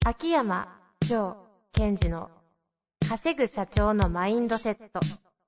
秋山城賢治の稼ぐ社長のマインドセット。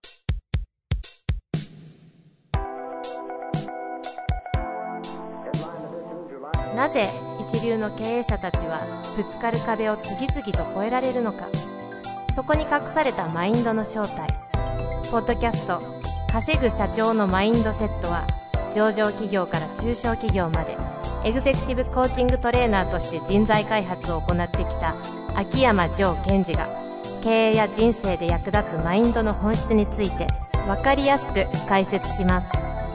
なぜ一流の経営者たちはぶつかる壁を次々と越えられるのか。そこに隠されたマインドの正体。ポッドキャスト稼ぐ社長のマインドセットは、上場企業から中小企業までエグゼクティブコーチングトレーナーとして人材開発を行ってきた秋山城賢治が、経営や人生で役立つマインドの本質について分かりやすく解説します。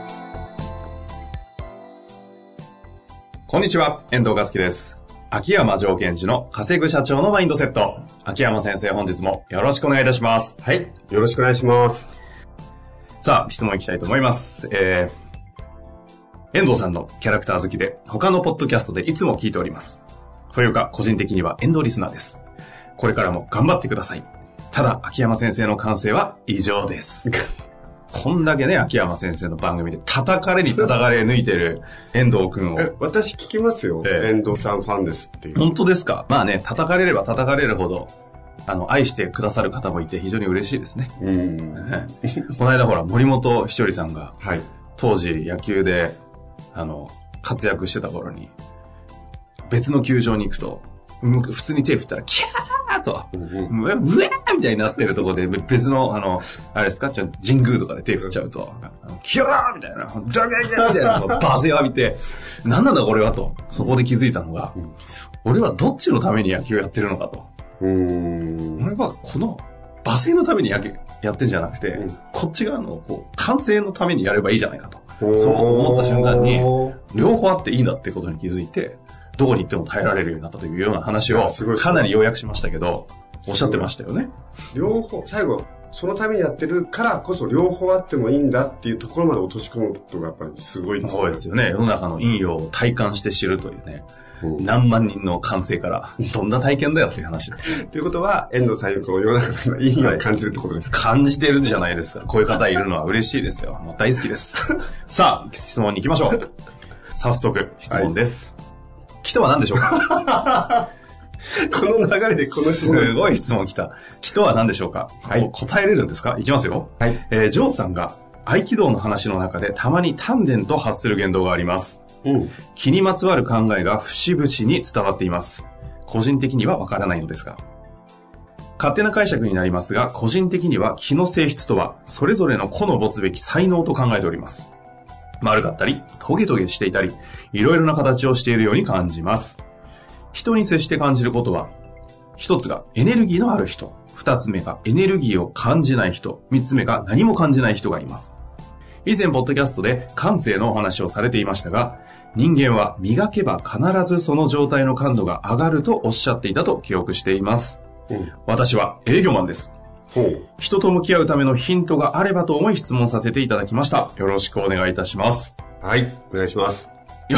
こんにちは、遠藤和樹です。秋山城賢治の稼ぐ社長のマインドセット。秋山先生、本日もよろしくお願いいたします。 はい、よろしくお願いします。 さあ、質問いきたいと思います。遠藤さんのキャラクター好きで、他のポッドキャストでいつも聞いております。というか、個人的には遠藤リスナーです。これからも頑張ってください。ただ、秋山先生の感性は異常です。こんだけね、秋山先生の番組で叩かれに叩かれ抜いてる遠藤くんを。 私聞きますよ。遠藤さんファンですっていう。 本当ですか？まあね、叩かれれば叩かれるほど、愛してくださる方もいて非常に嬉しいですね。この間ほら、森本ひとりさんが、はい、当時野球で、活躍してた頃に、別の球場に行くと、普通に手振ったら、キャーと、うわーみたいになってるところで、別の、あれですか、神宮とかで手振っちゃうと、キャーみたいな、ジャギャギャみたいな、バズ浴びて、なんなんだこれはと、そこで気づいたのが、俺はどっちのために野球やってるのかと。俺はこの、罵声のために野球やってんじゃなくて、こっち側の、歓声のためにやればいいじゃないかと。そう思った瞬間に、両方あっていいんだってことに気づいて、どこに行っても耐えられるようになったというような話を、かなり要約しましたけど、おっしゃってましたよね。 両方、最後、そのためにやってるからこそ両方あってもいいんだっていうところまで落とし込むことがやっぱりすごいですね。 そうですよね。世の中の陰陽を体感して知るというね。何万人の感性から、どんな体験だよっていう話です。 ということは、遠藤さんより世の中の陰陽を感じるってことですか？ 感じてるじゃないですか。こういう方いるのは嬉しいですよ。もう大好きです。さあ、質問に行きましょう。早速、質問です。木とは何でしょうか？ この流れでこの質問です。 すごい質問来た。木とは何でしょうか？はい。答えれるんですか？いきますよ。はい。ジョーさんが合気道の話の中でたまに丹田と発する言動があります。気にまつわる考えが節々に伝わっています。個人的にはわからないのですが。勝手な解釈になりますが、個人的には気の性質とは、それぞれの個の持つべき才能と考えております。丸かったり、トゲトゲしていたり、いろいろな形をしているように感じます。人に接して感じることは、一つがエネルギーのある人、二つ目がエネルギーを感じない人、三つ目が何も感じない人がいます。以前、ポッドキャストで感性のお話をされていましたが、人間は磨けば必ずその状態の感度が上がるとおっしゃっていたと記憶しています。私は営業マンです。人と向き合うためのヒントがあればと思い質問させていただきました。よろしくお願いいたします。 はい、お願いします。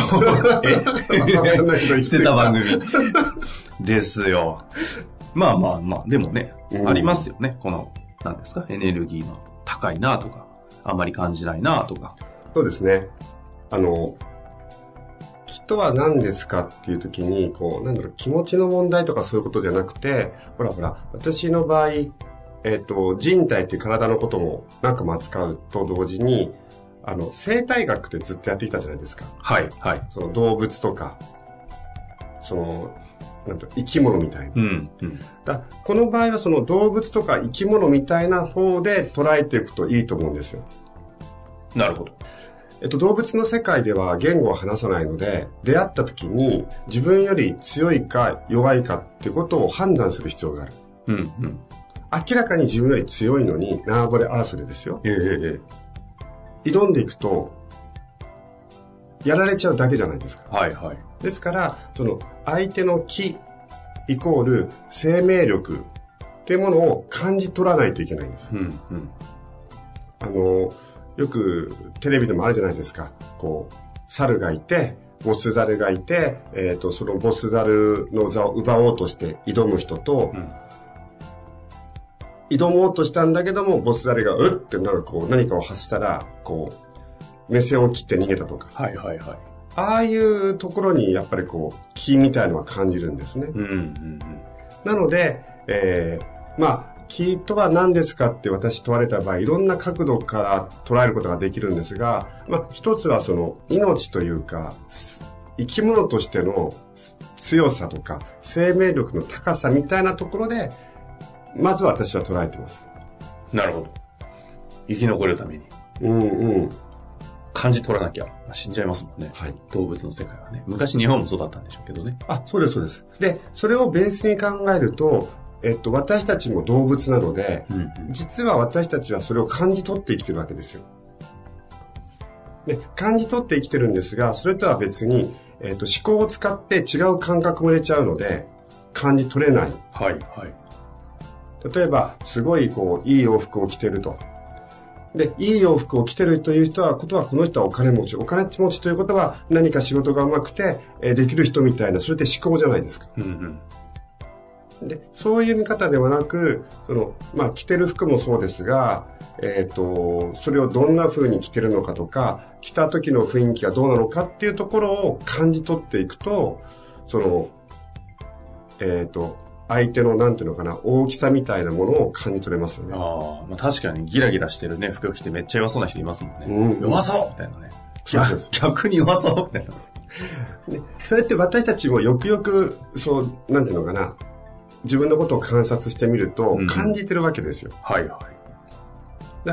捨てた番組ですよ。まあまあまあ、でもね、ありますよね。この、何ですか、エネルギーの高いなとか、あんまり感じないなとか。 そうですね。人は何ですかっていう時に、気持ちの問題とかそういうことじゃなくて、私の場合、人体っていう体のこともなんかも扱うと同時に、生態学ってずっとやってきたじゃないですか。 はい、はい。 その動物とか、生き物みたいな。この場合はその動物とか生き物みたいな方で捉えていくといいと思うんですよ。 なるほど。 動物の世界では言語を話さないので、出会った時に自分より強いか弱いかってことを判断する必要がある。明らかに自分より強いのに縄張り争いですよ。挑んでいくと、やられちゃうだけじゃないですか。 はいはい。 ですから、相手の気イコール生命力っていうものを感じ取らないといけないんです。よくテレビでもあるじゃないですか。猿がいて、ボス猿がいて、そのボス猿の座を奪おうとして挑む人と、挑もうとしたんだけども、ボス猿が何かを発したら、目線を切って逃げたとか。 はいはいはい。 ああいうところにやっぱりこう気みたいのは感じるんですね。なので、気とは何ですかって私問われた場合、いろんな角度から捉えることができるんですが、一つはその命というか、生き物としての強さとか生命力の高さみたいなところで、まず私は捉えています。 なるほど。生き残るために。感じ取らなきゃ死んじゃいますもんね。はい。動物の世界はね。昔日本もそうだったんでしょうけどね。 そうです、そうです。で、それをベースに考えると、私たちも動物なので、実は私たちはそれを感じ取って生きてるわけですよ。で、感じ取って生きてるんですが、それとは別に、思考を使って違う感覚も入れちゃうので、感じ取れない。 はい、はい。 例えば、すごいいい洋服を着てると。で、いい洋服を着てるということは、この人はお金持ち。お金持ちということは、何か仕事が上手くて、できる人みたいな、それって思考じゃないですか。で、そういう見方ではなく、着てる服もそうですが、それをどんな風に着てるのかとか、着た時の雰囲気がどうなのかっていうところを感じ取っていくと、相手のなんていうのかな、大きさみたいなものを感じ取れますよね。 確かにギラギラしてるね、服着てめっちゃ弱そうな人いますもんね。弱そうみたいなね。逆に弱そうみたいな。 それって私たちもよくよく、なんていうのかな、自分のことを観察してみると感じてるわけですよ。 はいはい。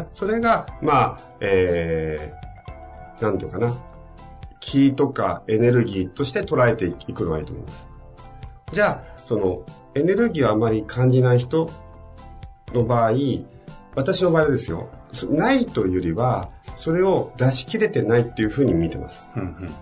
それが、なんていうかな、気とかエネルギーとして捉えていくのがいいと思います。じゃあ、エネルギーをあまり感じない人の場合、私の場合はですよ、ないというよりは、それを出し切れてないっていうふうに見てます。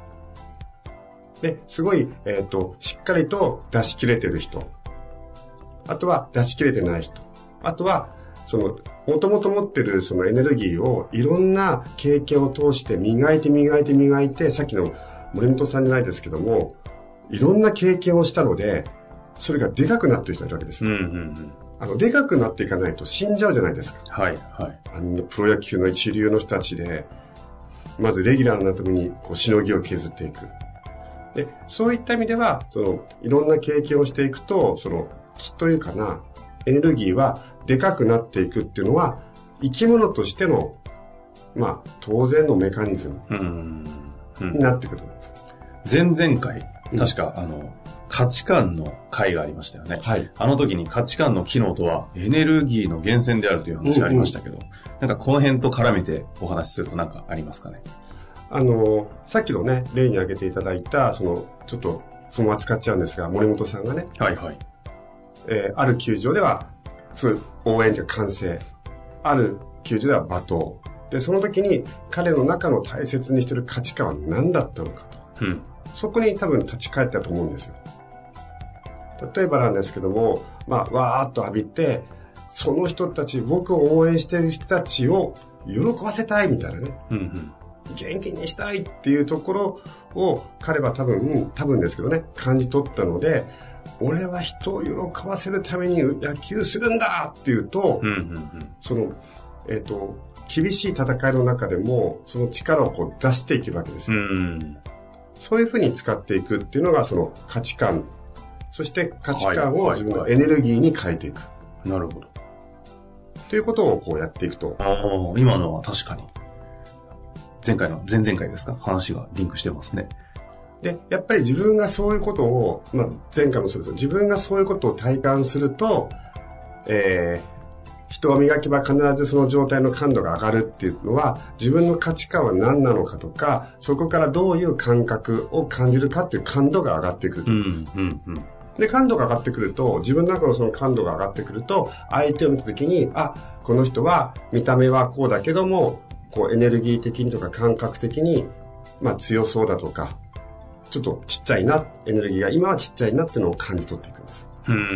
で、すごい、しっかりと出し切れてる人。あとは出し切れてない人。あとは、もともと持ってるそのエネルギーをいろんな経験を通して磨いて、さっきの森本さんじゃないですけども、いろんな経験をしたので、それがでかくなってる人がいるわけです。でかくなっていかないと死んじゃうじゃないですか。 はい、はい。 プロ野球の一流の人たちで、まずレギュラーになるためにしのぎを削っていく。で、そういった意味では、いろんな経験をしていくと、気というかな、エネルギーはでかくなっていくっていうのは、生き物としての、当然のメカニズムになってくると思います。 前々回、確か、価値観の回がありましたよね。 はい。 あの時に価値観の機能とはエネルギーの源泉であるという話がありましたけど、なんかこの辺と絡めてお話しすると何かありますかね。 さっきのね、例に挙げていただいた、ちょっと、扱っちゃうんですが、森本さんがね。 はいはい。 ある球場では、そういう応援というか歓声。ある球場では罵倒。で、その時に彼の中の大切にしている価値観は何だったのかと。そこに多分立ち返ったと思うんですよ。例えばなんですけども、わーっと浴びて、その人たち、僕を応援している人たちを喜ばせたいみたいなね。元気にしたいっていうところを彼は多分ですけどね、感じ取ったので、俺は人を喜ばせるために野球するんだっていうと、厳しい戦いの中でもその力を出していけるわけですよ。そういうふうに使っていくっていうのがその価値観、そして価値観を自分のエネルギーに変えていく。 なるほど。 ということをやっていくと。 今のは確かに。前々回ですか、話がリンクしてますね。 で、やっぱり自分がそういうことを、前回もそうですよ。自分がそういうことを体感すると、人を磨けば必ずその状態の感度が上がるっていうのは、自分の価値観は何なのかとか、そこからどういう感覚を感じるかっていう感度が上がってくる。で、感度が上がってくると、自分の中のその感度が上がってくると、相手を見たときに、この人は見た目はこうだけども、エネルギー的にとか感覚的に、強そうだとか、ちょっとちっちゃいな、エネルギーが今はちっちゃいなっていうのを感じ取っていくんです。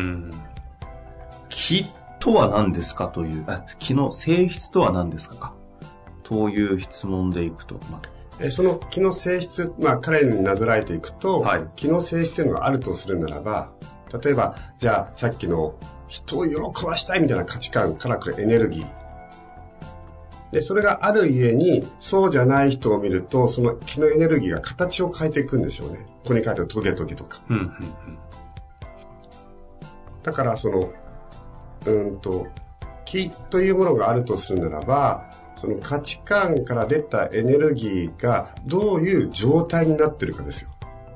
気とは何ですかという、気の性質とは何ですかという質問でいくと。 その気の性質、彼になぞらえていくと、気の性質というのがあるとするならば、例えば、じゃあさっきの人を喜ばしたいみたいな価値観から来るエネルギー。 で、それがあるゆえに、そうじゃない人を見ると、その気のエネルギーが形を変えていくんでしょうね。ここに書いてあるトゲトゲとか。だから、気というものがあるとするならば、その価値観から出たエネルギーがどういう状態になってるかですよ。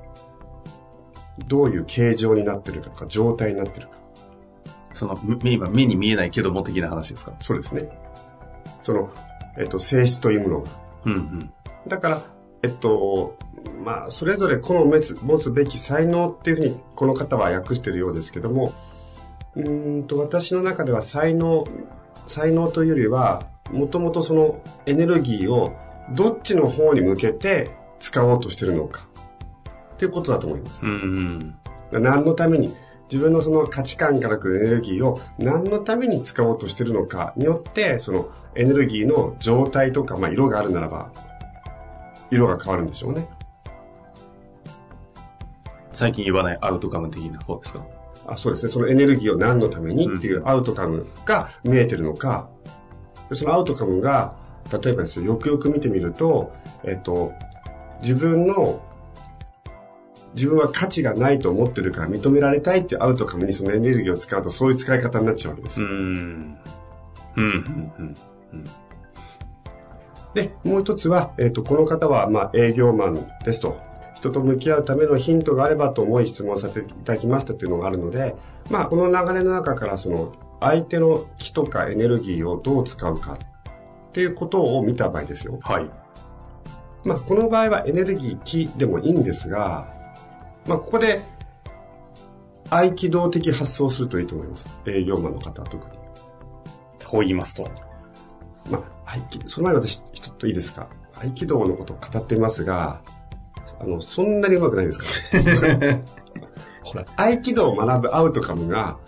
どういう形状になってるかとか、状態になってるか。 今目に見えないけども的な話ですか？ そうですね。性質というものが。だから、それぞれ個の持つべき才能っていうふうに、この方は訳しているようですけども、私の中では才能というよりは、もともとそのエネルギーをどっちの方に向けて使おうとしているのかっていうことだと思います。何のために、自分のその価値観から来るエネルギーを何のために使おうとしているのかによって、そのエネルギーの状態とか、色があるならば、色が変わるんでしょうね。 最近言わないアウトカム的な方ですか？ そうですね。そのエネルギーを何のためにっていうアウトカムが見えてるのか、そのアウトカムが、例えばですよ、よくよく見てみると、自分は価値がないと思ってるから認められたいっていうアウトカムにそのエネルギーを使うと、そういう使い方になっちゃうわけですよ。で、もう一つは、この方は、営業マンですと。人と向き合うためのヒントがあればと思い質問させていただきましたというのがあるので、この流れの中から相手の気とかエネルギーをどう使うかっていうことを見た場合ですよ。 はい。 この場合はエネルギー気でもいいんですが、ここで合気道的発想をするといいと思います。営業マンの方は特に。 と言いますと。 その前に私ちょっといいですか。合気道のことを語っていますが、そんなに上手くないですかほら、合気道を学ぶアウトカムが、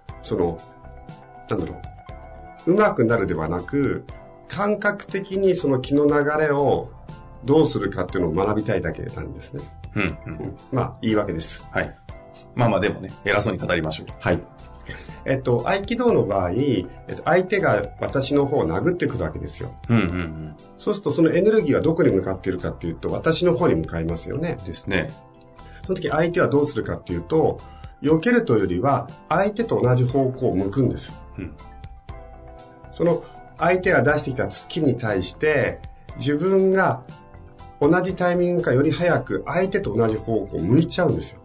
上手くなるではなく、感覚的にその気の流れをどうするかっていうのを学びたいだけなんですね。いいわけです。 はい。でもね、偉そうに語りましょう。 はい。合気道の場合、相手が私の方を殴ってくるわけですよ。そうするとそのエネルギーはどこに向かっているかっていうと、私の方に向かいますよね。 ですね。 その時相手はどうするかっていうと、避けるというよりは、相手と同じ方向を向くんです。その相手が出してきた突きに対して、自分が同じタイミングかより早く相手と同じ方向を向いちゃうんですよ。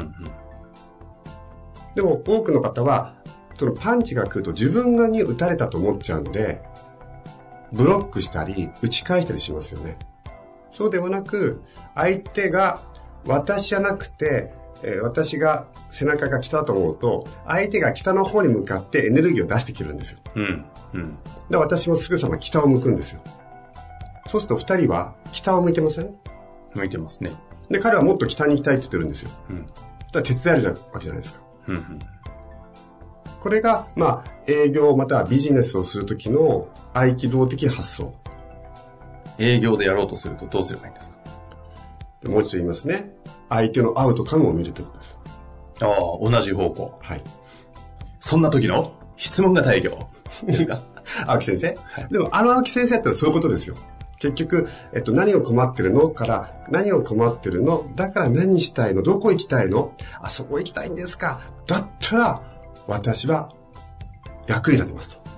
でも多くの方は、そのパンチが来ると自分がに打たれたと思っちゃうんで、ブロックしたり打ち返したりしますよね。そうではなく、相手が私じゃなくて、私が背中が北だと思うと、相手が北の方に向かってエネルギーを出してくるんですよ。で、私もすぐさま北を向くんですよ。そうすると二人は北を向いてません？ 向いてますね。 で、彼はもっと北に行きたいって言ってるんですよ。そしたら手伝えるわけじゃないですか。これが、営業またはビジネスをするときの合気道的発想。 営業でやろうとするとどうすればいいんですか？ もう一度言いますね。相手のアウトカムを見るということです。 同じ方向。 はい。 そんな時の質問型営業ですか？ 青木先生、はい、でも青木先生ってそういうことですよ。結局、何を困ってるのから何を困ってるのだから何したいのどこ行きたいのそこ行きたいんですかだったら私は役に立てますと。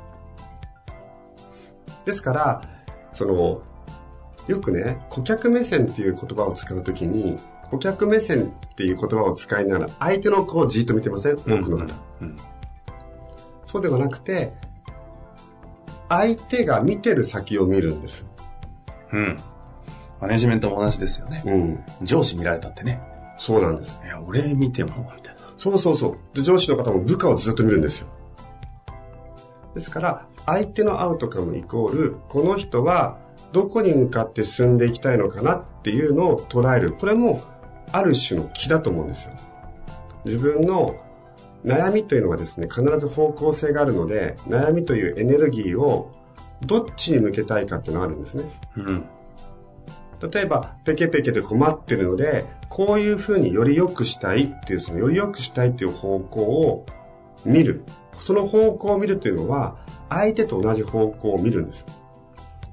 ですから、よくね、顧客目線っていう言葉を使うときに、顧客目線っていう言葉を使いながら相手の子をじっと見てません？多くの方。そうではなくて、相手が見てる先を見るんです。 マネジメントも同じですよね。上司見られたってね。 そうなんです。 いや、俺見ても、みたいな。 そう。で、上司の方も部下をずっと見るんですよ。ですから、相手のアウトカムイコール、この人はどこに向かって進んでいきたいのかなっていうのを捉える。これも、ある種の気だと思うんですよ。自分の悩みというのはですね、必ず方向性があるので、悩みというエネルギーをどっちに向けたいかっていうのがあるんですね。例えば、ペケペケで困ってるので、こういうふうにより良くしたいっていう、そのより良くしたいっていう方向を見る。その方向を見るっていうのは、相手と同じ方向を見るんです。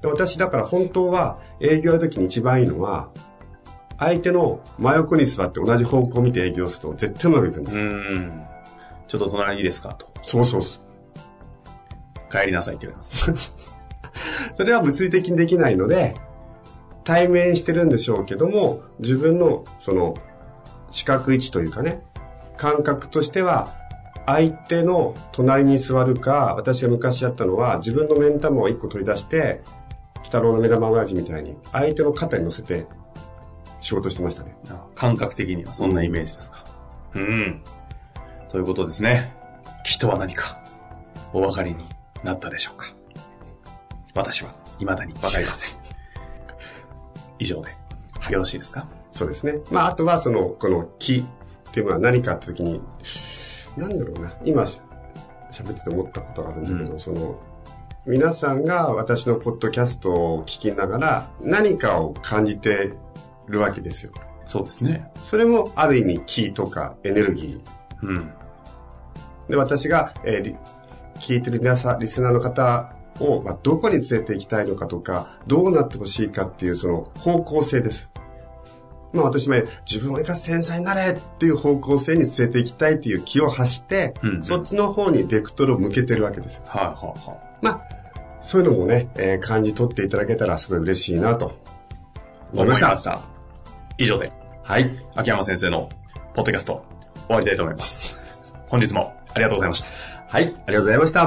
私だから本当は営業の時に一番いいのは、相手の真横に座って同じ方向を見て営業すると絶対うまくいくんですよ。 ちょっと隣にいいですかと。 そうそう。 帰りなさいって言われます。 それは物理的にできないので、対面してるんでしょうけども、自分のその視覚位置というかね、感覚としては、相手の隣に座るか、私が昔やったのは、自分の目ん玉を一個取り出して、鬼太郎の目玉親父みたいに、相手の肩に乗せて仕事してましたね。 感覚的にはそんなイメージですか。ということですね。気とは何か、お分かりになったでしょうか。私は未だに分かりません。以上でよろしいですか？ そうですね。あとはこの気っていうのは何かって時に、なんだろうな、今喋ってて思ったことがあるんだけど、皆さんが私のポッドキャストを聞きながら何かを感じてるわけですよ。 そうですね。 それもある意味気とかエネルギー。で、私が、聞いてるリスナーの方を、どこに連れて行きたいのかとか、どうなってほしいかっていうその方向性です。私も自分を生かす天才になれっていう方向性に連れて行きたいっていう気を発して、そっちの方にベクトルを向けてるわけです。そういうのもね、感じ取っていただけたらすごい嬉しいなと思いました。 以上で、 はい。 秋山先生のポッドキャスト終わりたいと思います。本日もありがとうございました。 はい、ありがとうございました。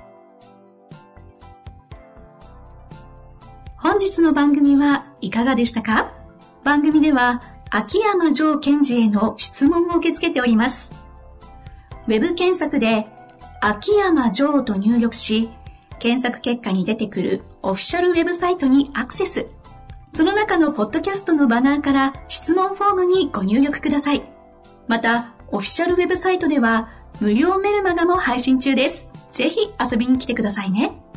本日の番組はいかがでしたか？番組では秋山城賢治への質問を受け付けております。ウェブ検索で秋山城と入力し、検索結果に出てくるオフィシャルウェブサイトにアクセス。その中のポッドキャストのバナーから質問フォームにご入力ください。また、オフィシャルウェブサイトでは無料メルマガも配信中です。ぜひ遊びに来てくださいね。